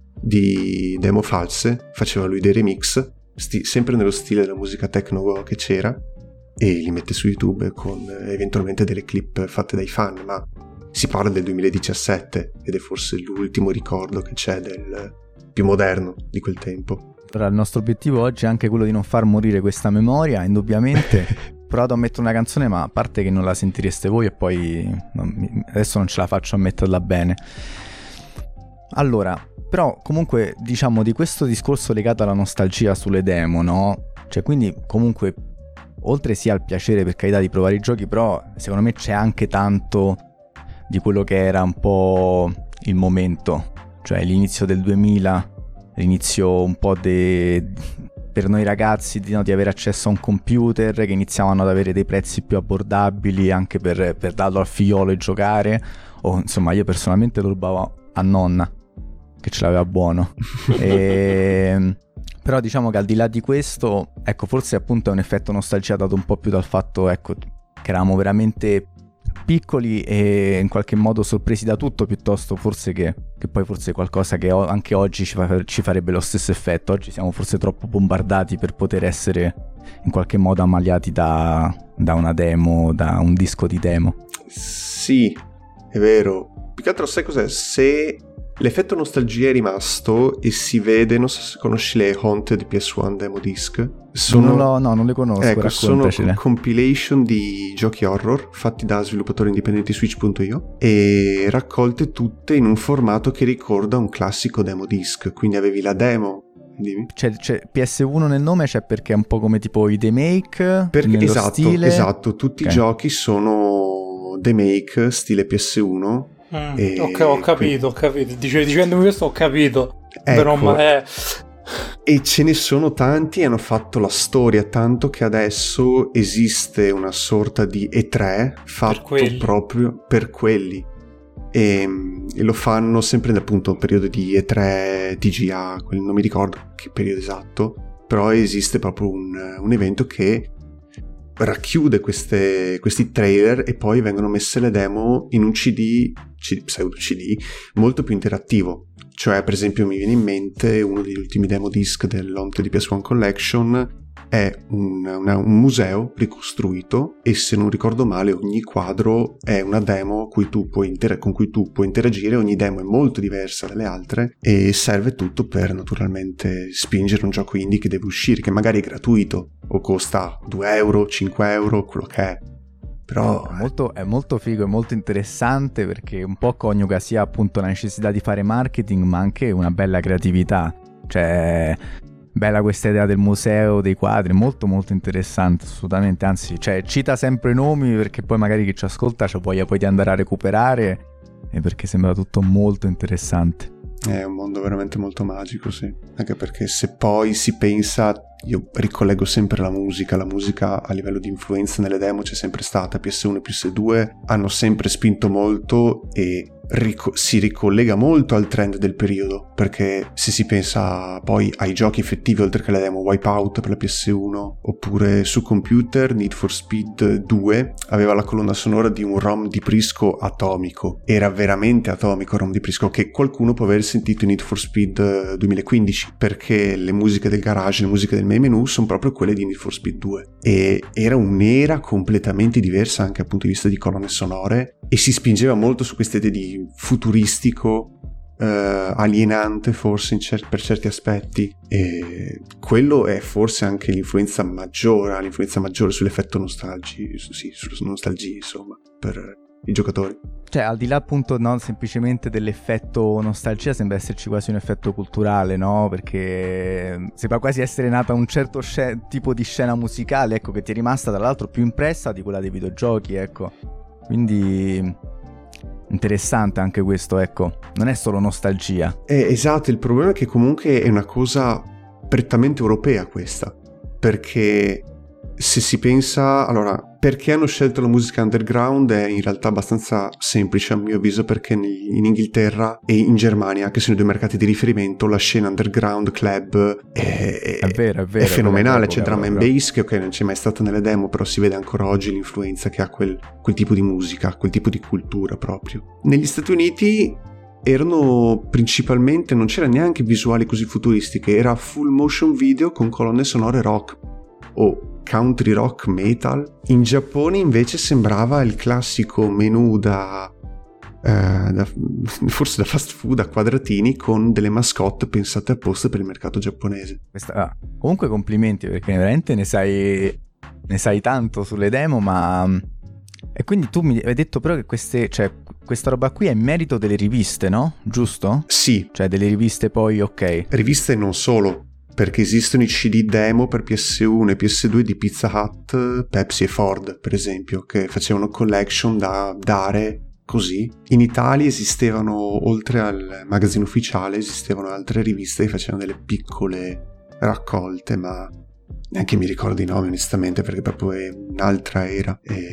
Speaker 2: di demo false, faceva lui dei remix, sti- sempre nello stile della musica techno che c'era, e li mette su YouTube con eventualmente delle clip fatte dai fan, ma si parla del duemiladiciassette ed è forse l'ultimo ricordo che c'è del più moderno di quel tempo.
Speaker 4: Allora, il nostro obiettivo oggi è anche quello di non far morire questa memoria, indubbiamente. Ho provato a mettere una canzone, ma a parte che non la sentireste voi e poi non, adesso non ce la faccio a metterla bene. Allora, però comunque diciamo di questo discorso legato alla nostalgia sulle demo, no? Cioè quindi comunque oltre sia al piacere per carità di provare i giochi, però secondo me c'è anche tanto di quello che era un po' il momento, cioè l'inizio del duemila, l'inizio un po' de... per noi ragazzi di, no, di avere accesso a un computer, che iniziavano ad avere dei prezzi più abbordabili anche per, per darlo al figliolo e giocare, o insomma io personalmente lo rubavo a nonna che ce l'aveva buono. e... Però diciamo che al di là di questo, ecco, forse appunto è un effetto nostalgia dato un po' più dal fatto, ecco, che eravamo veramente piccoli e in qualche modo sorpresi da tutto, piuttosto forse che, che poi forse qualcosa che o- anche oggi ci, fa- ci farebbe lo stesso effetto. Oggi siamo forse troppo bombardati per poter essere in qualche modo ammaliati da, da una demo, da un disco di demo.
Speaker 2: Sì, è vero. Più che altro sai cos'è? Se l'effetto nostalgia è rimasto e si vede, non so se conosci le Haunted P S uno Demo Disc. Sono,
Speaker 4: non lo, no, non le conosco,
Speaker 2: ecco, sono
Speaker 4: raccontacele.
Speaker 2: compilation di giochi horror fatti da sviluppatori indipendenti Switch punto io e raccolte tutte in un formato che ricorda un classico demo disc, quindi avevi la demo. Dimmi.
Speaker 4: C'è, c'è P S uno nel nome, c'è perché è un po' come tipo i demake,
Speaker 2: perché,
Speaker 4: nello
Speaker 2: esatto,
Speaker 4: stile.
Speaker 2: Esatto, tutti
Speaker 4: okay.
Speaker 2: i giochi sono demake stile P S uno.
Speaker 1: Mm,
Speaker 2: e
Speaker 1: ok, ho capito, ho capito. Dice, dicendomi questo ho capito.
Speaker 2: Ecco,
Speaker 1: però ma è...
Speaker 2: E ce ne sono tanti e hanno fatto la storia, tanto che adesso esiste una sorta di E tre fatto
Speaker 1: per
Speaker 2: proprio per quelli. E, e lo fanno sempre appunto periodo di E tre T G A, non mi ricordo che periodo esatto, però esiste proprio un, un evento che racchiude queste, questi trailer e poi vengono messe le demo in un C D, pseudo C D molto più interattivo. Cioè, per esempio, mi viene in mente uno degli ultimi demo disc dell'Haunted di P S uno Collection, è un, una, un museo ricostruito e, se non ricordo male, ogni quadro è una demo cui tu puoi inter- con cui tu puoi interagire. Ogni demo è molto diversa dalle altre e serve tutto per naturalmente spingere un gioco indie che deve uscire, che magari è gratuito o costa due euro, cinque euro, quello che è. Però
Speaker 4: è molto, è molto figo, è molto interessante, perché un po' coniuga sia appunto la necessità di fare marketing ma anche una bella creatività. Cioè, bella questa idea del museo dei quadri, molto molto interessante, assolutamente. Anzi, cioè, cita sempre i nomi perché poi magari chi ci ascolta c'ha voglia poi di andare a recuperare, e perché sembra tutto molto interessante.
Speaker 2: È un mondo veramente molto magico, sì. Anche perché se poi si pensa, io ricollego sempre la musica, la musica a livello di influenza nelle demo c'è sempre stata. P S uno e P S due hanno sempre spinto molto e rico- si ricollega molto al trend del periodo, perché se si pensa poi ai giochi effettivi oltre che alle demo, Wipeout per la P S uno, oppure su computer Need for Speed due aveva la colonna sonora di un ROM di Prisco atomico. Era veramente atomico il ROM di Prisco, che qualcuno può aver sentito in Need for Speed duemilaquindici, perché le musiche del garage, le musiche del main menu sono proprio quelle di Need for Speed due, e era un'era completamente diversa anche dal punto di vista di colonne sonore, e si spingeva molto su queste idee di futuristico, eh, alienante forse in cer- per certi aspetti, e quello è forse anche l'influenza maggiore, l'influenza maggiore sull'effetto nostalgia, sì, sulla nostalgia, insomma, per i giocatori.
Speaker 4: Cioè, al di là appunto non semplicemente dell'effetto nostalgia, sembra esserci quasi un effetto culturale, no? Perché sembra quasi essere nata un certo sc- tipo di scena musicale, ecco, che ti è rimasta tra l'altro più impressa di quella dei videogiochi, ecco. Quindi interessante anche questo, ecco, non è solo nostalgia.
Speaker 2: Eh, esatto, il problema è che comunque è una cosa prettamente europea questa, perché se si pensa, allora, perché hanno scelto la musica underground è in realtà abbastanza semplice a mio avviso, perché in Inghilterra e in Germania, che sono i due mercati di riferimento, la scena underground club è,
Speaker 4: è, vero, è, vero,
Speaker 2: è fenomenale.
Speaker 4: è
Speaker 2: c'è drum and bass che ok non c'è mai stata nelle demo, però si vede ancora oggi l'influenza che ha quel, quel tipo di musica, quel tipo di cultura proprio. Negli Stati Uniti erano principalmente, non c'era neanche visuali così futuristiche, era full motion video con colonne sonore rock o country rock metal. In Giappone invece sembrava il classico menù da, eh, da forse da fast food a quadratini, con delle mascotte pensate apposta per il mercato giapponese.
Speaker 4: Questa, ah, comunque complimenti, perché veramente ne sai ne sai tanto sulle demo, ma e quindi tu mi hai detto però che queste, cioè questa roba qui è in merito delle riviste, no? Giusto?
Speaker 2: Sì.
Speaker 4: Cioè delle riviste poi, ok.
Speaker 2: Riviste non solo, perché esistono i C D demo per P S uno e P S due di Pizza Hut, Pepsi e Ford, per esempio, che facevano collection da dare così. In Italia esistevano, oltre al magazzino ufficiale, esistevano altre riviste che facevano delle piccole raccolte, ma neanche mi ricordo i nomi onestamente, perché proprio è un'altra era.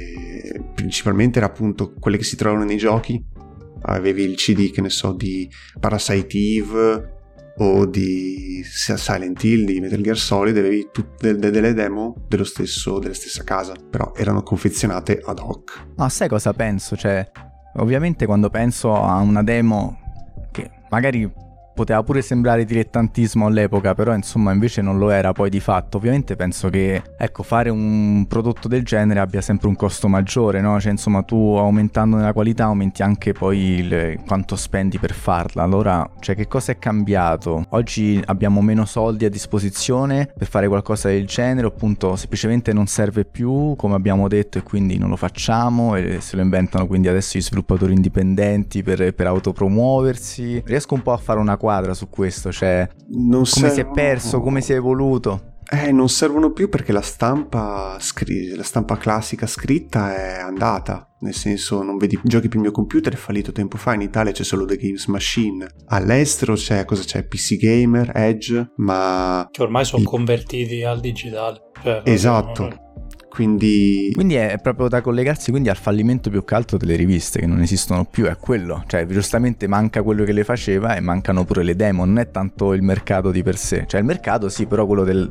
Speaker 2: E principalmente era appunto quelle che si trovano nei giochi. Avevi il C D, che ne so, di Parasite Eve o di Silent Hill, di Metal Gear Solid, avevi tutte delle demo dello stesso, della stessa casa, però erano confezionate ad hoc.
Speaker 4: No, sai cosa penso? Cioè, ovviamente quando penso a una demo che magari poteva pure sembrare dilettantismo all'epoca, però insomma invece non lo era poi di fatto. Ovviamente penso che, ecco, fare un prodotto del genere abbia sempre un costo maggiore, no? Cioè insomma tu aumentando nella qualità aumenti anche poi il, quanto spendi per farla. Allora, cioè che cosa è cambiato? Oggi abbiamo meno soldi a disposizione per fare qualcosa del genere, o appunto semplicemente non serve più, come abbiamo detto, e quindi non lo facciamo e se lo inventano quindi adesso gli sviluppatori indipendenti per, per autopromuoversi. Riesco un po' a fare una quadra su questo, cioè
Speaker 2: non
Speaker 4: come
Speaker 2: servono...
Speaker 4: si è perso, come si è evoluto.
Speaker 2: Eh, non servono più perché la stampa scri- la stampa classica scritta è andata, nel senso non vedi giochi per il mio computer, è fallito tempo fa. In Italia c'è solo The Games Machine, all'estero c'è cosa c'è P C Gamer, Edge, ma
Speaker 1: che ormai sono
Speaker 2: il...
Speaker 1: convertiti al digitale, cioè,
Speaker 2: esatto
Speaker 1: non...
Speaker 2: Quindi...
Speaker 4: quindi è proprio da collegarsi quindi al fallimento più che altro delle riviste, che non esistono più, è quello. Cioè giustamente manca quello che le faceva e mancano pure le demo, non è tanto il mercato di per sé. Cioè il mercato sì, però quello del...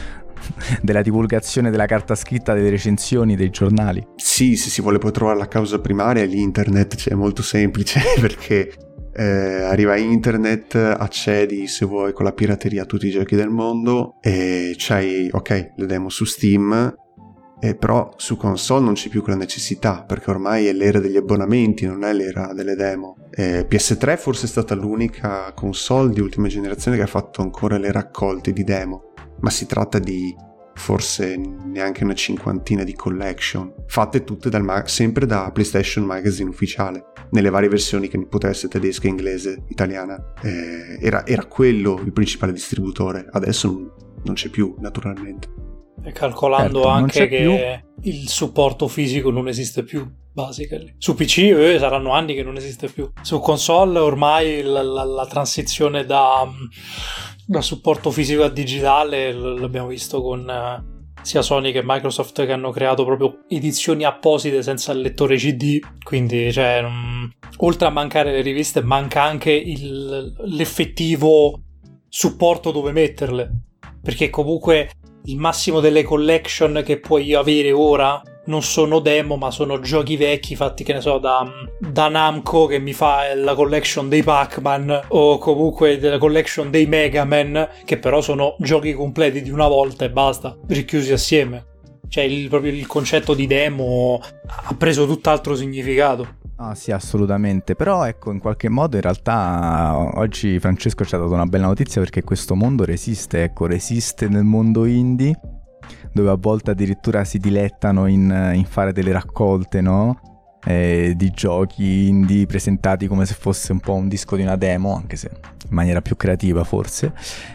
Speaker 4: della divulgazione della carta scritta, delle recensioni, dei giornali.
Speaker 2: Sì, se si vuole poi trovare la causa primaria, l'internet, cioè, è molto semplice perché eh, arriva internet, accedi se vuoi con la pirateria a tutti i giochi del mondo e c'hai, ok, le demo su Steam, eh, però su console non c'è più quella necessità, perché ormai è l'era degli abbonamenti, non è l'era delle demo. eh, P S tre forse è stata l'unica console di ultima generazione che ha fatto ancora le raccolte di demo, ma si tratta di forse neanche una cinquantina di collection, fatte tutte dal ma- sempre da PlayStation Magazine ufficiale, nelle varie versioni, che poteva essere tedesca, inglese, italiana. eh, era, era quello il principale distributore, adesso non, non c'è più, naturalmente.
Speaker 1: E calcolando
Speaker 4: certo,
Speaker 1: anche che
Speaker 4: più.
Speaker 1: il supporto fisico non esiste più, basically. Su P C eh, saranno anni che non esiste più. Su console ormai la, la, la transizione da, da supporto fisico a digitale l'abbiamo visto con uh, sia Sony che Microsoft, che hanno creato proprio edizioni apposite senza il lettore C D. Quindi, cioè, um, oltre a mancare le riviste, manca anche il, l'effettivo supporto dove metterle, perché comunque il massimo delle collection che puoi avere ora non sono demo, ma sono giochi vecchi fatti, che ne so, da, da Namco, che mi fa la collection dei Pac-Man, o comunque della collection dei Mega Man, che però sono giochi completi di una volta e basta, richiusi assieme. Cioè il, proprio il concetto di demo ha preso tutt'altro significato.
Speaker 4: Ah sì, assolutamente, però ecco, in qualche modo in realtà oggi Francesco ci ha dato una bella notizia, perché questo mondo resiste, ecco, resiste nel mondo indie, dove a volte addirittura si dilettano in, in fare delle raccolte, no? Eh, di giochi indie presentati come se fosse un po' un disco di una demo, anche se in maniera più creativa forse.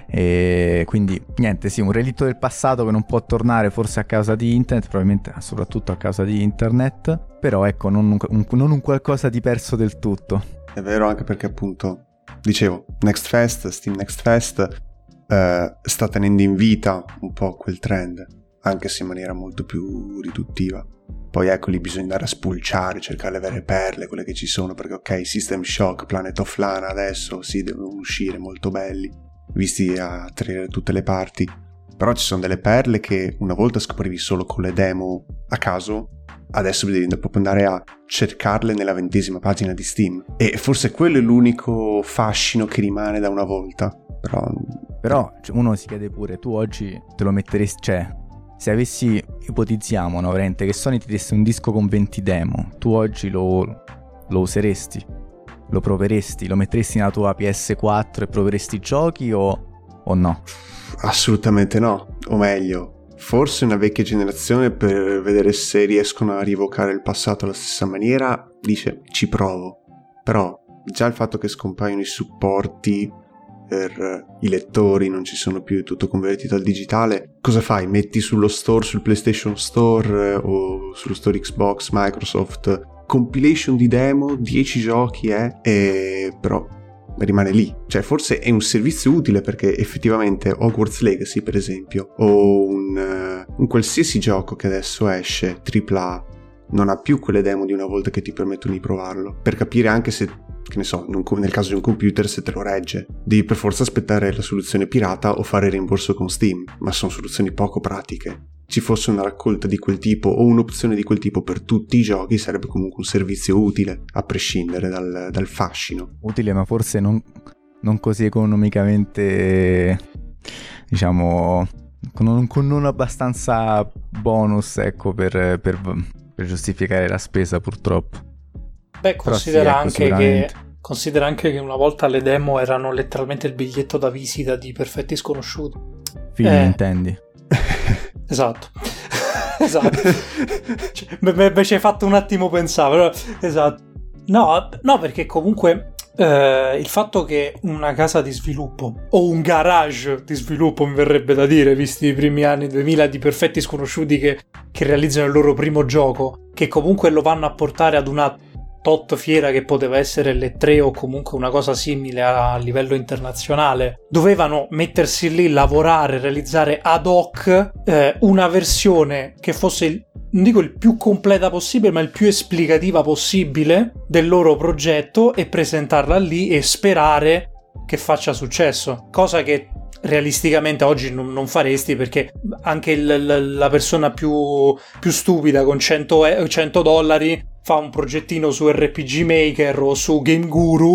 Speaker 4: E quindi niente, sì, un relitto del passato che non può tornare, forse a causa di internet, probabilmente soprattutto a causa di internet, però ecco, non un, non un qualcosa di perso del tutto.
Speaker 2: È vero, anche perché appunto, dicevo, Next Fest, Steam Next Fest eh, sta tenendo in vita un po' quel trend, anche se in maniera molto più riduttiva. Poi ecco, lì bisogna andare a spulciare, cercare le vere perle, quelle che ci sono, perché ok, System Shock, Planet of Lana adesso sì, devono uscire molto belli, visti a trarre tutte le parti, però ci sono delle perle che una volta scoprivi solo con le demo a caso, adesso devi proprio andare a cercarle nella ventesima pagina di Steam, e forse quello è l'unico fascino che rimane da una volta. Però,
Speaker 4: però cioè, uno si chiede pure, tu oggi te lo metteresti, cioè se avessi, ipotizziamo, no, veramente, che Sony ti desse un disco con venti demo, tu oggi lo, lo useresti? Lo proveresti? Lo metteresti nella tua P S quattro e proveresti i giochi o, o no?
Speaker 2: Assolutamente no, o meglio, forse una vecchia generazione, per vedere se riescono a rievocare il passato alla stessa maniera, dice ci provo, però già il fatto che scompaiono i supporti per i lettori, non ci sono più, tutto convertito al digitale, cosa fai? Metti sullo store, sul PlayStation Store o sullo store Xbox, Microsoft, compilation di demo, dieci giochi, eh, e però rimane lì. Cioè forse è un servizio utile, perché effettivamente Hogwarts Legacy per esempio, o un, uh, un qualsiasi gioco che adesso esce tripla A, non ha più quelle demo di una volta che ti permettono di provarlo, per capire anche se, che ne so, nel caso di un computer, se te lo regge. Devi per forza aspettare la soluzione pirata o fare il rimborso con Steam, ma sono soluzioni poco pratiche. Ci fosse una raccolta di quel tipo o un'opzione di quel tipo per tutti i giochi, sarebbe comunque un servizio utile, a prescindere dal, dal fascino.
Speaker 4: Utile, ma forse non, non così economicamente, diciamo, con non, con non abbastanza bonus, ecco, per, per, per giustificare la spesa, purtroppo.
Speaker 1: Beh, considera, sì, ecco, anche che, considera anche che una volta le demo erano letteralmente il biglietto da visita di Perfetti Sconosciuti.
Speaker 4: Film, eh. intendi?
Speaker 1: Esatto. Esatto. Cioè, me ci hai fatto un attimo pensare, però esatto. No, no, perché comunque eh, il fatto che una casa di sviluppo o un garage di sviluppo, mi verrebbe da dire, visti i primi anni duemila di Perfetti Sconosciuti che, che realizzano il loro primo gioco, che comunque lo vanno a portare ad una tot fiera che poteva essere l'E tre o comunque una cosa simile a livello internazionale, dovevano mettersi lì, lavorare, realizzare ad hoc eh, una versione che fosse il, non dico il più completa possibile, ma il più esplicativa possibile del loro progetto, e presentarla lì e sperare che faccia successo, cosa che realisticamente oggi non, non faresti, perché anche il, la persona più, più stupida con cento dollari fa un progettino su R P G Maker o su Game Guru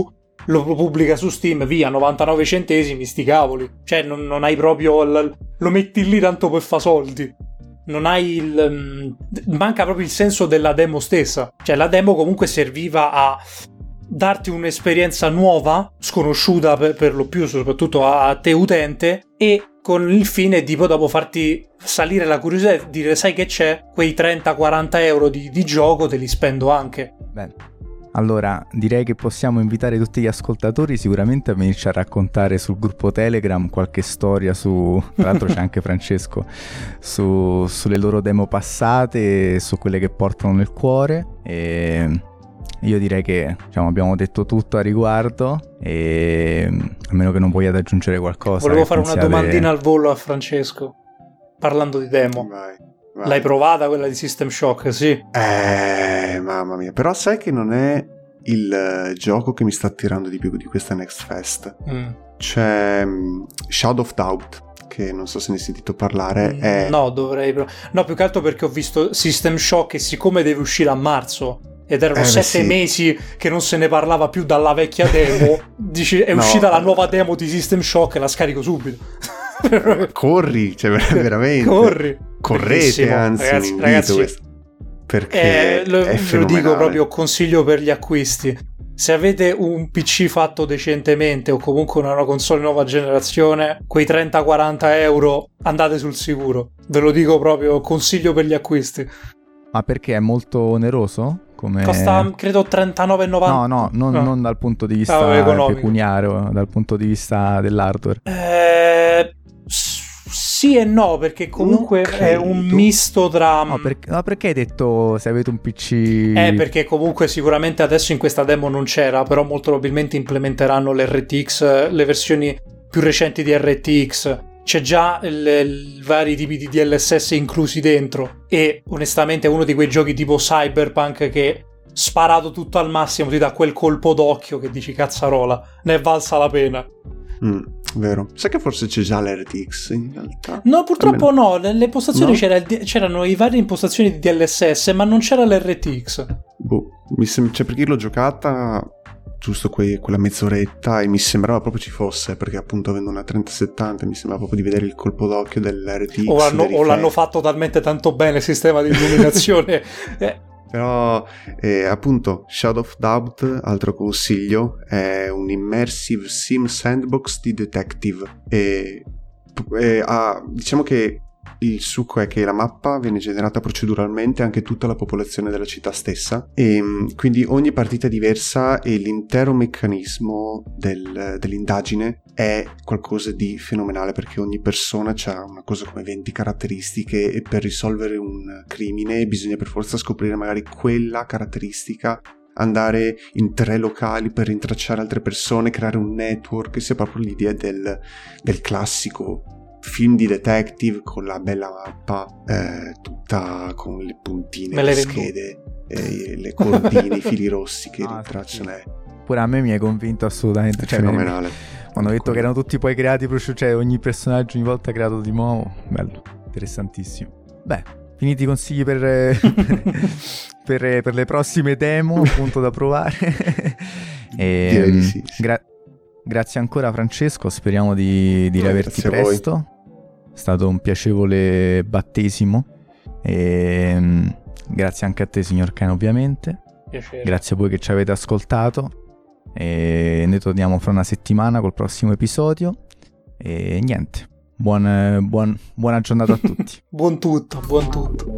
Speaker 1: lo pubblica su Steam, via, novantanove centesimi, sti cavoli. Cioè non, non hai proprio l- lo metti lì tanto per fa soldi. Non hai il manca proprio il senso della demo stessa. Cioè la demo comunque serviva a darti un'esperienza nuova, sconosciuta per, per lo più, soprattutto a, a te utente, e con il fine di poi dopo farti salire la curiosità e dire sai che c'è, quei trenta quaranta euro di, di gioco te li spendo anche.
Speaker 4: Bene. Allora, direi che possiamo invitare tutti gli ascoltatori sicuramente a venirci a raccontare sul gruppo Telegram qualche storia su, tra l'altro c'è anche Francesco, su, sulle loro demo passate, su quelle che portano nel cuore. E io direi che diciamo, abbiamo detto tutto a riguardo, e a meno che non vogliate aggiungere qualcosa.
Speaker 1: Volevo fare
Speaker 4: pensiate...
Speaker 1: una domandina al volo a Francesco, parlando di demo.
Speaker 2: Vai, vai.
Speaker 1: L'hai provata quella di System Shock? Sì.
Speaker 2: Eh, mamma mia. Però sai che non è il uh, gioco che mi sta attirando di più di questa Next Fest.
Speaker 1: Mm.
Speaker 2: C'è um, Shadow of Doubt, che non so se ne hai sentito parlare.
Speaker 1: Mm,
Speaker 2: è...
Speaker 1: No, dovrei... No, più che altro perché ho visto System Shock e siccome deve uscire a marzo ed erano
Speaker 2: eh,
Speaker 1: sette
Speaker 2: sì.
Speaker 1: mesi che non se ne parlava più dalla vecchia demo, dici è
Speaker 2: no.
Speaker 1: uscita la nuova demo di System Shock e la scarico subito.
Speaker 2: Corri, cioè veramente.
Speaker 1: Corri.
Speaker 2: Correte,
Speaker 1: Bellissimo.
Speaker 2: anzi,
Speaker 1: ragazzi,
Speaker 2: un
Speaker 1: ragazzi,
Speaker 2: questo. Perché
Speaker 1: eh, lo,
Speaker 2: è
Speaker 1: ve lo dico
Speaker 2: fenomenale.
Speaker 1: proprio consiglio per gli acquisti. Se avete un P C fatto decentemente o comunque una console nuova generazione, quei trenta quaranta euro andate sul sicuro. Ve lo dico proprio, consiglio per gli acquisti.
Speaker 4: Ma perché è molto oneroso? Come...
Speaker 1: Costa credo trentanove e novanta.
Speaker 4: No, no, non,
Speaker 1: no.
Speaker 4: non dal punto di vista
Speaker 1: Ah,
Speaker 4: pecuniario, dal punto di vista dell'hardware.
Speaker 1: Eh, sì e no, perché comunque è un misto tra...
Speaker 4: No, per... no, perché hai detto se avete un P C...
Speaker 1: Eh, perché comunque sicuramente adesso in questa demo non c'era, però molto probabilmente implementeranno l'R T X, le versioni più recenti di R T X. C'è già i vari tipi di D L S S inclusi dentro, e onestamente è uno di quei giochi tipo Cyberpunk che sparato tutto al massimo ti dà quel colpo d'occhio che dici cazzarola, ne è valsa la pena.
Speaker 2: Mm, vero. Sai che forse c'è già l'R T X in realtà?
Speaker 1: No, purtroppo
Speaker 2: Almeno...
Speaker 1: no, nelle impostazioni
Speaker 2: no?
Speaker 1: C'era il, c'erano le varie impostazioni di D L S S, ma non c'era l'R T X.
Speaker 2: Boh, mi sem- cioè perché l'ho giocata giusto que- quella mezz'oretta e mi sembrava proprio ci fosse, perché appunto avendo una trenta settanta mi sembrava proprio di vedere il colpo d'occhio dell'R T X.
Speaker 1: O, hanno, o l'hanno fatto talmente tanto bene il sistema di illuminazione. eh.
Speaker 2: Però eh, appunto Shadow of Doubt, altro consiglio, è un immersive sim sandbox di detective e, e ha, diciamo che il succo è che la mappa viene generata proceduralmente anche tutta la popolazione della città stessa, e quindi ogni partita è diversa e l'intero meccanismo del, dell'indagine è qualcosa di fenomenale, perché ogni persona ha una cosa come venti caratteristiche e per risolvere un crimine bisogna per forza scoprire magari quella caratteristica, andare in tre locali per rintracciare altre persone, creare un network, che sia proprio l'idea del, del classico film di detective con la bella mappa eh, tutta con le puntine, le schede, eh, le cordine, i fili rossi che
Speaker 4: ah,
Speaker 2: rintracciano.
Speaker 4: sì. Pure a me mi hai convinto assolutamente,
Speaker 2: È
Speaker 4: cioè,
Speaker 2: fenomenale.
Speaker 4: Quando ho detto che erano tutti poi creati, cioè ogni personaggio ogni volta creato di nuovo, bello, interessantissimo. Beh, finiti i consigli per, per, per le prossime demo appunto da provare. E,
Speaker 2: direi di sì, sì.
Speaker 4: Gra- grazie ancora Francesco, speriamo di, di riaverti presto. È stato un piacevole battesimo, e grazie anche a te signor Ken ovviamente.
Speaker 1: Piacere.
Speaker 4: Grazie a voi che ci avete ascoltato, e noi torniamo fra una settimana col prossimo episodio, e niente, buon, buon, buona giornata a tutti.
Speaker 1: Buon tutto, buon tutto.